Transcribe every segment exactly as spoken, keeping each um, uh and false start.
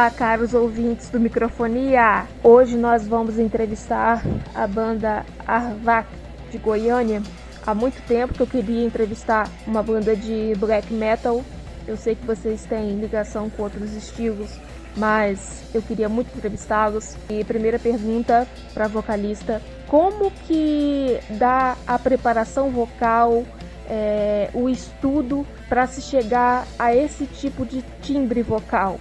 Olá, caros ouvintes do Microfonia! Hoje nós vamos entrevistar a banda Arvak de Goiânia. Há muito tempo que eu queria entrevistar uma banda de black metal. Eu sei que vocês têm ligação com outros estilos, mas eu queria muito entrevistá-los. E a primeira pergunta para a vocalista: como que dá a preparação vocal, é, o estudo para se chegar a esse tipo de timbre vocal?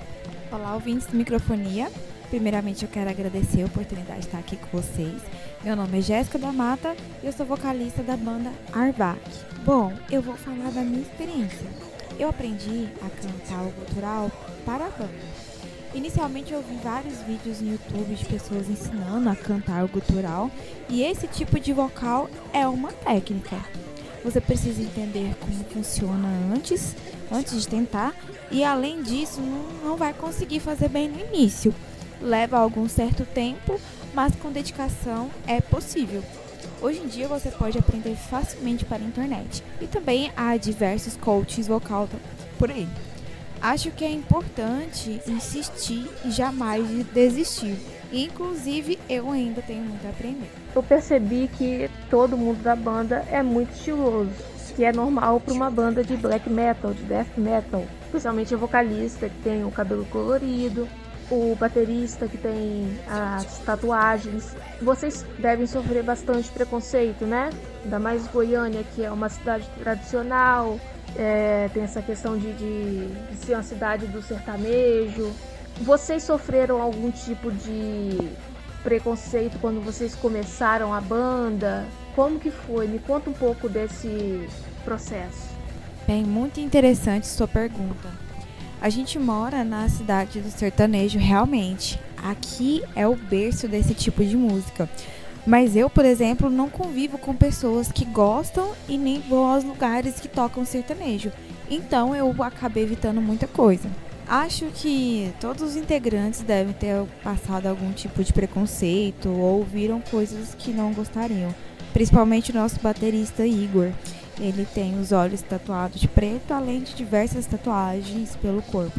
Olá, ouvintes do Microfonia. Primeiramente, eu quero agradecer a oportunidade de estar aqui com vocês. Meu nome é Jéssica da Mata e eu sou vocalista da banda Arvak. Bom, eu vou falar da minha experiência. Eu aprendi a cantar o gutural para a banda. Inicialmente, eu vi vários vídeos no YouTube de pessoas ensinando a cantar o gutural, e esse tipo de vocal é uma técnica. Você precisa entender como funciona antes, antes de tentar, e além disso, não, não vai conseguir fazer bem no início. Leva algum certo tempo, mas com dedicação é possível. Hoje em dia você pode aprender facilmente para a internet, e também há diversos coaches vocal por aí. Acho que é importante insistir e jamais desistir. Inclusive, eu ainda tenho muito a aprender. Eu percebi que todo mundo da banda é muito estiloso, que é normal para uma banda de black metal, de death metal. Especialmente a vocalista, que tem o cabelo colorido, o baterista, que tem as tatuagens. Vocês devem sofrer bastante preconceito, né? Ainda mais Goiânia, que é uma cidade tradicional, é, tem essa questão de, de, de ser uma cidade do sertanejo. Vocês sofreram algum tipo de preconceito quando vocês começaram a banda? Como que foi? Me conta um pouco desse processo. Bem, muito interessante sua pergunta. A gente mora na cidade do sertanejo, realmente. Aqui é o berço desse tipo de música. Mas eu, por exemplo, não convivo com pessoas que gostam e nem vou aos lugares que tocam sertanejo. Então eu acabei evitando muita coisa. Acho que todos os integrantes devem ter passado algum tipo de preconceito ou ouviram coisas que não gostariam. Principalmente o nosso baterista Igor. Ele tem os olhos tatuados de preto, além de diversas tatuagens pelo corpo.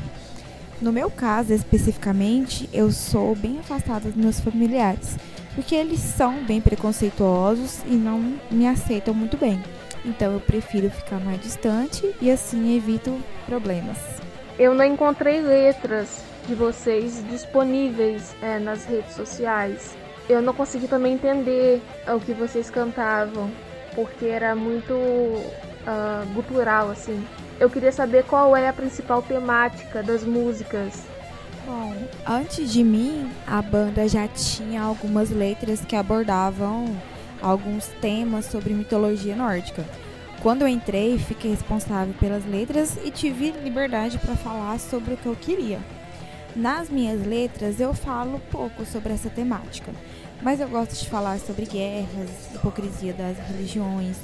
No meu caso, especificamente, eu sou bem afastada dos meus familiares, porque eles são bem preconceituosos e não me aceitam muito bem. Então eu prefiro ficar mais distante e assim evito problemas. Eu não encontrei letras de vocês disponíveis é, nas redes sociais. Eu não consegui também entender o que vocês cantavam, porque era muito uh, gutural, assim. Eu queria saber qual é a principal temática das músicas. Bom, antes de mim, a banda já tinha algumas letras que abordavam alguns temas sobre mitologia nórdica. Quando eu entrei, fiquei responsável pelas letras e tive liberdade para falar sobre o que eu queria. Nas minhas letras, eu falo pouco sobre essa temática, mas eu gosto de falar sobre guerras, hipocrisia das religiões,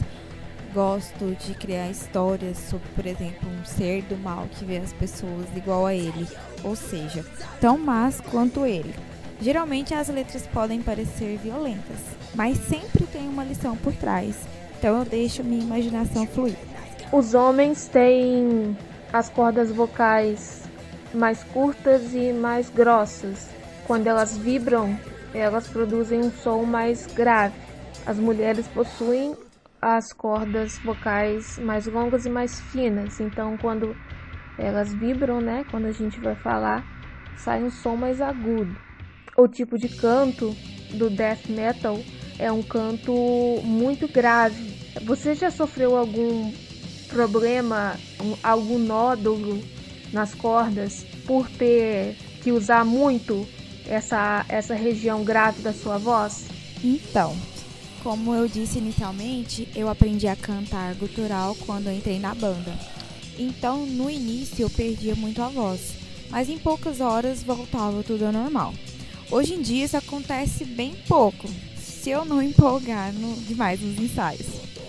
gosto de criar histórias sobre, por exemplo, um ser do mal que vê as pessoas igual a ele, ou seja, tão más quanto ele. Geralmente as letras podem parecer violentas, mas sempre tem uma lição por trás. Então eu deixo minha imaginação fluir. Os homens têm as cordas vocais mais curtas e mais grossas. Quando elas vibram, elas produzem um som mais grave. As mulheres possuem as cordas vocais mais longas e mais finas. Então quando elas vibram, né, quando a gente vai falar, sai um som mais agudo. O tipo de canto do death metal é um canto muito grave. Você já sofreu algum problema, algum nódulo nas cordas por ter que usar muito essa, essa região grave da sua voz? Então, como eu disse inicialmente, eu aprendi a cantar gutural quando eu entrei na banda. Então, no início eu perdia muito a voz, mas em poucas horas voltava tudo ao normal. Hoje em dia isso acontece bem pouco, se eu não empolgar no, demais nos ensaios.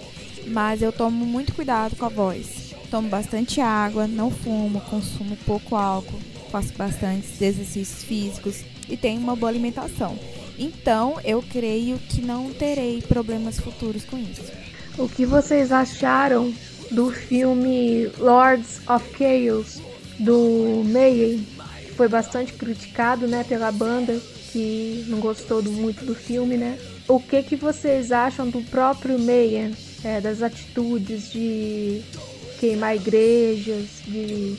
Mas eu tomo muito cuidado com a voz. Tomo bastante água, não fumo, consumo pouco álcool, faço bastante exercícios físicos e tenho uma boa alimentação. Então, eu creio que não terei problemas futuros com isso. O que vocês acharam do filme Lords of Chaos, do Mayhem? foi bastante criticado, né, pela banda, que não gostou do, muito do filme, né? O que que vocês acham do próprio Mayhem, é, das atitudes de queimar igrejas, de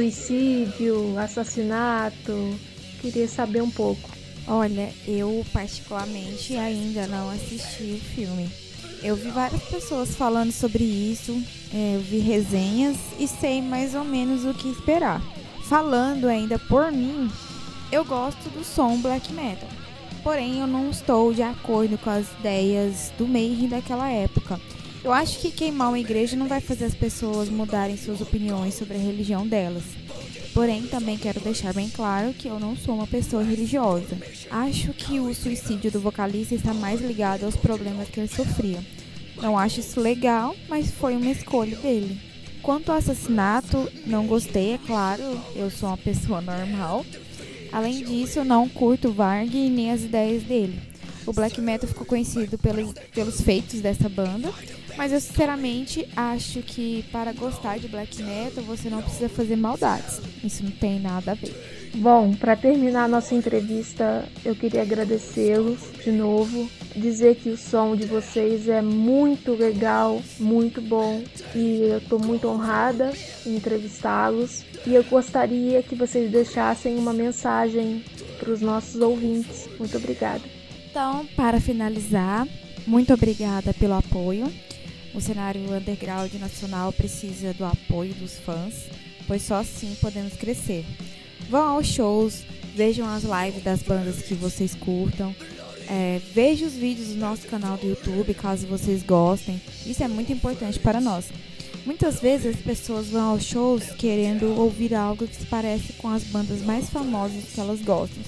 suicídio, assassinato? Queria saber um pouco. Olha, eu particularmente ainda não assisti o filme. Eu vi várias pessoas falando sobre isso, é, eu vi resenhas e sei mais ou menos o que esperar. Falando ainda por mim, eu gosto do som black metal. Porém, eu não estou de acordo com as ideias do Mayhem daquela época. Eu acho que queimar uma igreja não vai fazer as pessoas mudarem suas opiniões sobre a religião delas. Porém, também quero deixar bem claro que eu não sou uma pessoa religiosa. Acho que o suicídio do vocalista está mais ligado aos problemas que ele sofria. Não acho isso legal, mas foi uma escolha dele. Quanto ao assassinato, não gostei, é claro, eu sou uma pessoa normal. Além disso, eu não curto o Varg e nem as ideias dele. O black metal ficou conhecido pelos, pelos feitos dessa banda, mas eu sinceramente acho que para gostar de black metal você não precisa fazer maldades. Isso não tem nada a ver. Bom, para terminar a nossa entrevista, eu queria agradecê-los de novo, dizer que o som de vocês é muito legal, muito bom, e eu estou muito honrada em entrevistá-los. E eu gostaria que vocês deixassem uma mensagem para os nossos ouvintes. Muito obrigada. Então, para finalizar, muito obrigada pelo apoio. O cenário underground nacional precisa do apoio dos fãs, pois só assim podemos crescer. Vão aos shows, vejam as lives das bandas que vocês curtam, é, vejam os vídeos do nosso canal do YouTube, caso vocês gostem. Isso é muito importante para nós. Muitas vezes as pessoas vão aos shows querendo ouvir algo que se parece com as bandas mais famosas que elas gostam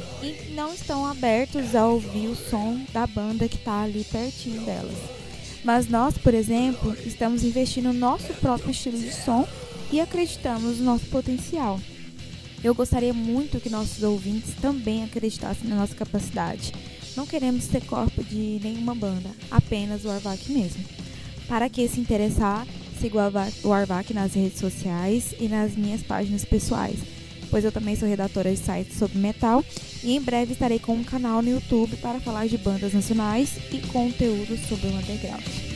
e não estão abertos a ouvir o som da banda que está ali pertinho delas. Mas nós, por exemplo, estamos investindo no nosso próprio estilo de som e acreditamos no nosso potencial. Eu gostaria muito que nossos ouvintes também acreditassem na nossa capacidade. Não queremos ser corpo de nenhuma banda, apenas o Arvac mesmo. Para quem se interessar, siga o Arvac nas redes sociais e nas minhas páginas pessoais, pois eu também sou redatora de sites sobre metal e em breve estarei com um canal no YouTube para falar de bandas nacionais e conteúdos sobre o underground.